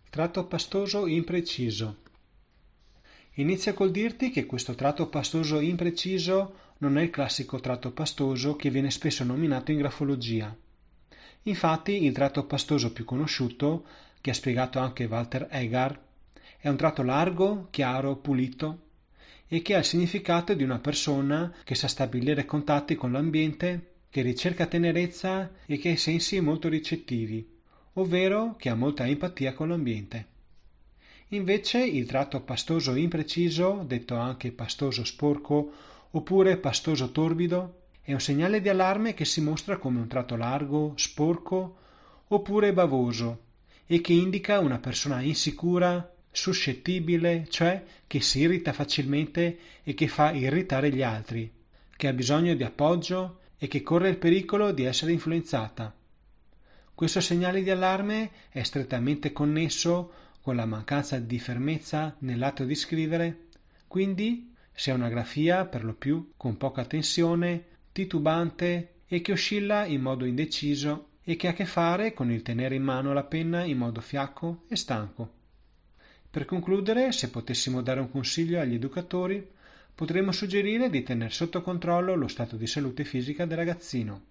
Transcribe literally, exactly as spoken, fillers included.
Tratto pastoso impreciso. Inizio col dirti che questo tratto pastoso impreciso non è il classico tratto pastoso che viene spesso nominato in grafologia. Infatti il tratto pastoso più conosciuto, che ha spiegato anche Walter Egar, è un tratto largo, chiaro, pulito e che ha il significato di una persona che sa stabilire contatti con l'ambiente, che ricerca tenerezza e che ha i sensi molto ricettivi, ovvero che ha molta empatia con l'ambiente. Invece il tratto pastoso impreciso, detto anche pastoso sporco oppure pastoso torbido, è un segnale di allarme che si mostra come un tratto largo, sporco oppure bavoso e che indica una persona insicura, suscettibile, cioè che si irrita facilmente e che fa irritare gli altri, che ha bisogno di appoggio e che corre il pericolo di essere influenzata. Questo segnale di allarme è strettamente connesso con la mancanza di fermezza nell'atto di scrivere, quindi se è una grafia per lo più con poca tensione, titubante e che oscilla in modo indeciso e che ha a che fare con il tenere in mano la penna in modo fiacco e stanco. Per concludere, se potessimo dare un consiglio agli educatori, potremmo suggerire di tenere sotto controllo lo stato di salute fisica del ragazzino.